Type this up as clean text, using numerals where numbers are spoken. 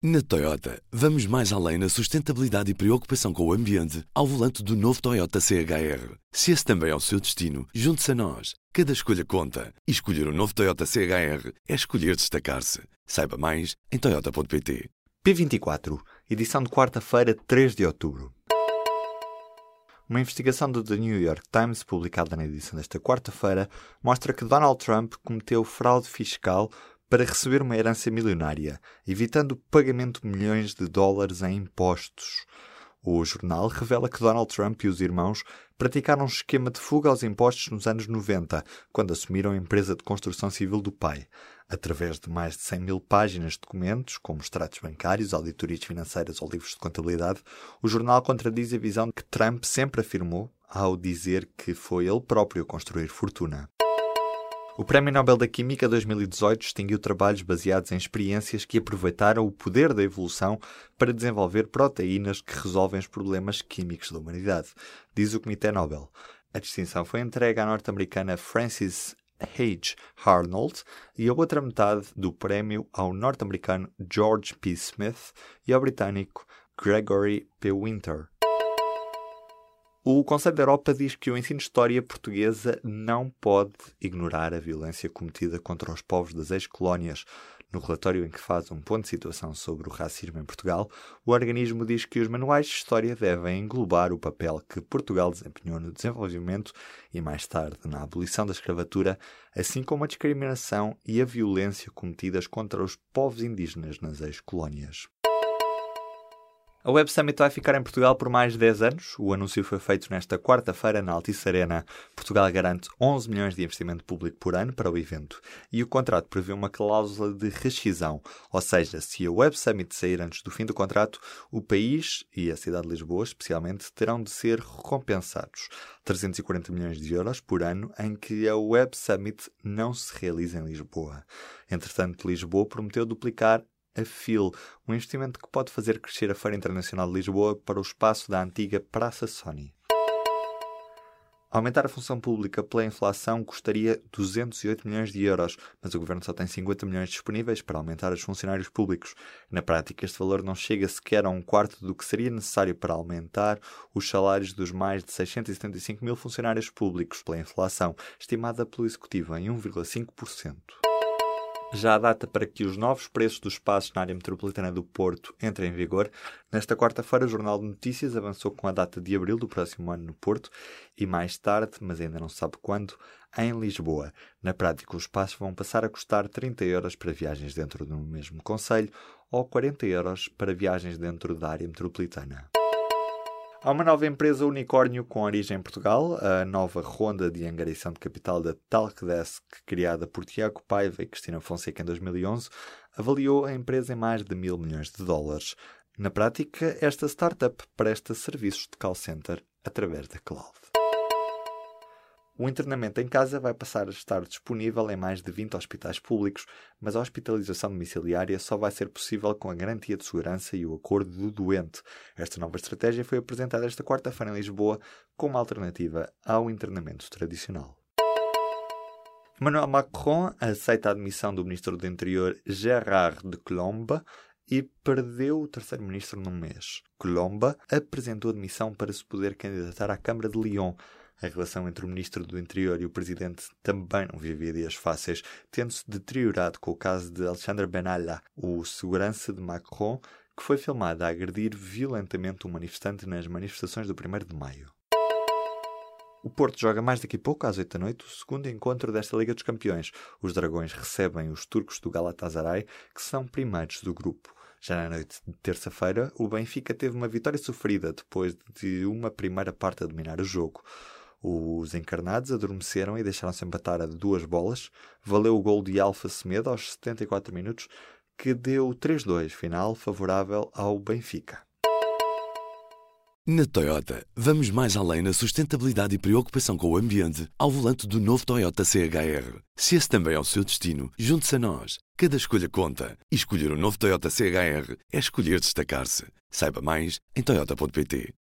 Na Toyota, vamos mais além na sustentabilidade e preocupação com o ambiente ao volante do novo Toyota CHR. Se esse também é o seu destino, junte-se a nós. Cada escolha conta. E escolher o novo Toyota CHR é escolher destacar-se. Saiba mais em toyota.pt. P24, edição de quarta-feira, 3 de outubro. Uma investigação do The New York Times, publicada na edição desta quarta-feira, mostra que Donald Trump cometeu fraude fiscal para receber uma herança milionária, evitando o pagamento de milhões de dólares em impostos. O jornal revela que Donald Trump e os irmãos praticaram um esquema de fuga aos impostos nos anos 90, quando assumiram a empresa de construção civil do pai. Através de mais de 100 mil páginas de documentos, como extratos bancários, auditorias financeiras ou livros de contabilidade, o jornal contradiz a visão que Trump sempre afirmou ao dizer que foi ele próprio a construir fortuna. O Prémio Nobel da Química 2018 distinguiu trabalhos baseados em experiências que aproveitaram o poder da evolução para desenvolver proteínas que resolvem os problemas químicos da humanidade, diz o Comitê Nobel. A distinção foi entregue à norte-americana Frances H. Arnold e a outra metade do prémio ao norte-americano George P. Smith e ao britânico Gregory P. Winter. O Conselho da Europa diz que o ensino de história portuguesa não pode ignorar a violência cometida contra os povos das ex-colónias. No relatório em que faz um ponto de situação sobre o racismo em Portugal, o organismo diz que os manuais de história devem englobar o papel que Portugal desempenhou no desenvolvimento e, mais tarde, na abolição da escravatura, assim como a discriminação e a violência cometidas contra os povos indígenas nas ex-colónias. A Web Summit vai ficar em Portugal por mais de 10 anos. O anúncio foi feito nesta quarta-feira na Altice Arena. Portugal garante 11 milhões de investimento público por ano para o evento. E o contrato prevê uma cláusula de rescisão. Ou seja, se a Web Summit sair antes do fim do contrato, o país e a cidade de Lisboa, especialmente, terão de ser recompensados. 340 milhões de euros por ano em que a Web Summit não se realiza em Lisboa. Entretanto, Lisboa prometeu duplicar a FIL, um investimento que pode fazer crescer a Feira Internacional de Lisboa para o espaço da antiga Praça Sony. Aumentar a função pública pela inflação custaria 208 milhões de euros, mas o Governo só tem 50 milhões disponíveis para aumentar os funcionários públicos. Na prática, este valor não chega sequer a um quarto do que seria necessário para aumentar os salários dos mais de 675 mil funcionários públicos pela inflação, estimada pelo Executivo em 1,5%. Já a data para que os novos preços dos espaços na área metropolitana do Porto entrem em vigor. Nesta quarta-feira, o Jornal de Notícias avançou com a data de abril do próximo ano no Porto e mais tarde, mas ainda não se sabe quando, em Lisboa. Na prática, os espaços vão passar a custar 30 euros para viagens dentro do mesmo concelho ou 40 euros para viagens dentro da área metropolitana. Há uma nova empresa unicórnio com origem em Portugal, a nova ronda de angariação de capital da Talkdesk, criada por Tiago Paiva e Cristina Fonseca em 2011, avaliou a empresa em mais de 1.000 milhões de dólares. Na prática, esta startup presta serviços de call center através da cloud. O internamento em casa vai passar a estar disponível em mais de 20 hospitais públicos, mas a hospitalização domiciliária só vai ser possível com a garantia de segurança e o acordo do doente. Esta nova estratégia foi apresentada esta quarta-feira em Lisboa como alternativa ao internamento tradicional. Emmanuel Macron aceita a admissão do ministro do Interior Gérard Collomb e perdeu o terceiro ministro num mês. Collomb apresentou admissão para se poder candidatar à Câmara de Lyon. A relação entre o Ministro do Interior e o Presidente também não vivia dias fáceis, tendo-se deteriorado com o caso de Alexandre Benalla, o segurança de Macron, que foi filmado a agredir violentamente um manifestante nas manifestações do 1º de maio. O Porto joga mais daqui a pouco, às 8 da noite, o segundo encontro desta Liga dos Campeões. Os Dragões recebem os turcos do Galatasaray, que são primeiros do grupo. Já na noite de terça-feira, o Benfica teve uma vitória sofrida depois de uma primeira parte a dominar o jogo. Os encarnados adormeceram e deixaram-se empatar a 2 bolas. Valeu o gol de Alfa Semedo aos 74 minutos, que deu 3-2, final favorável ao Benfica. Na Toyota, vamos mais além na sustentabilidade e preocupação com o ambiente ao volante do novo Toyota CHR. Se esse também é o seu destino, junte-se a nós. Cada escolha conta. E escolher o novo Toyota CHR é escolher destacar-se. Saiba mais em toyota.pt.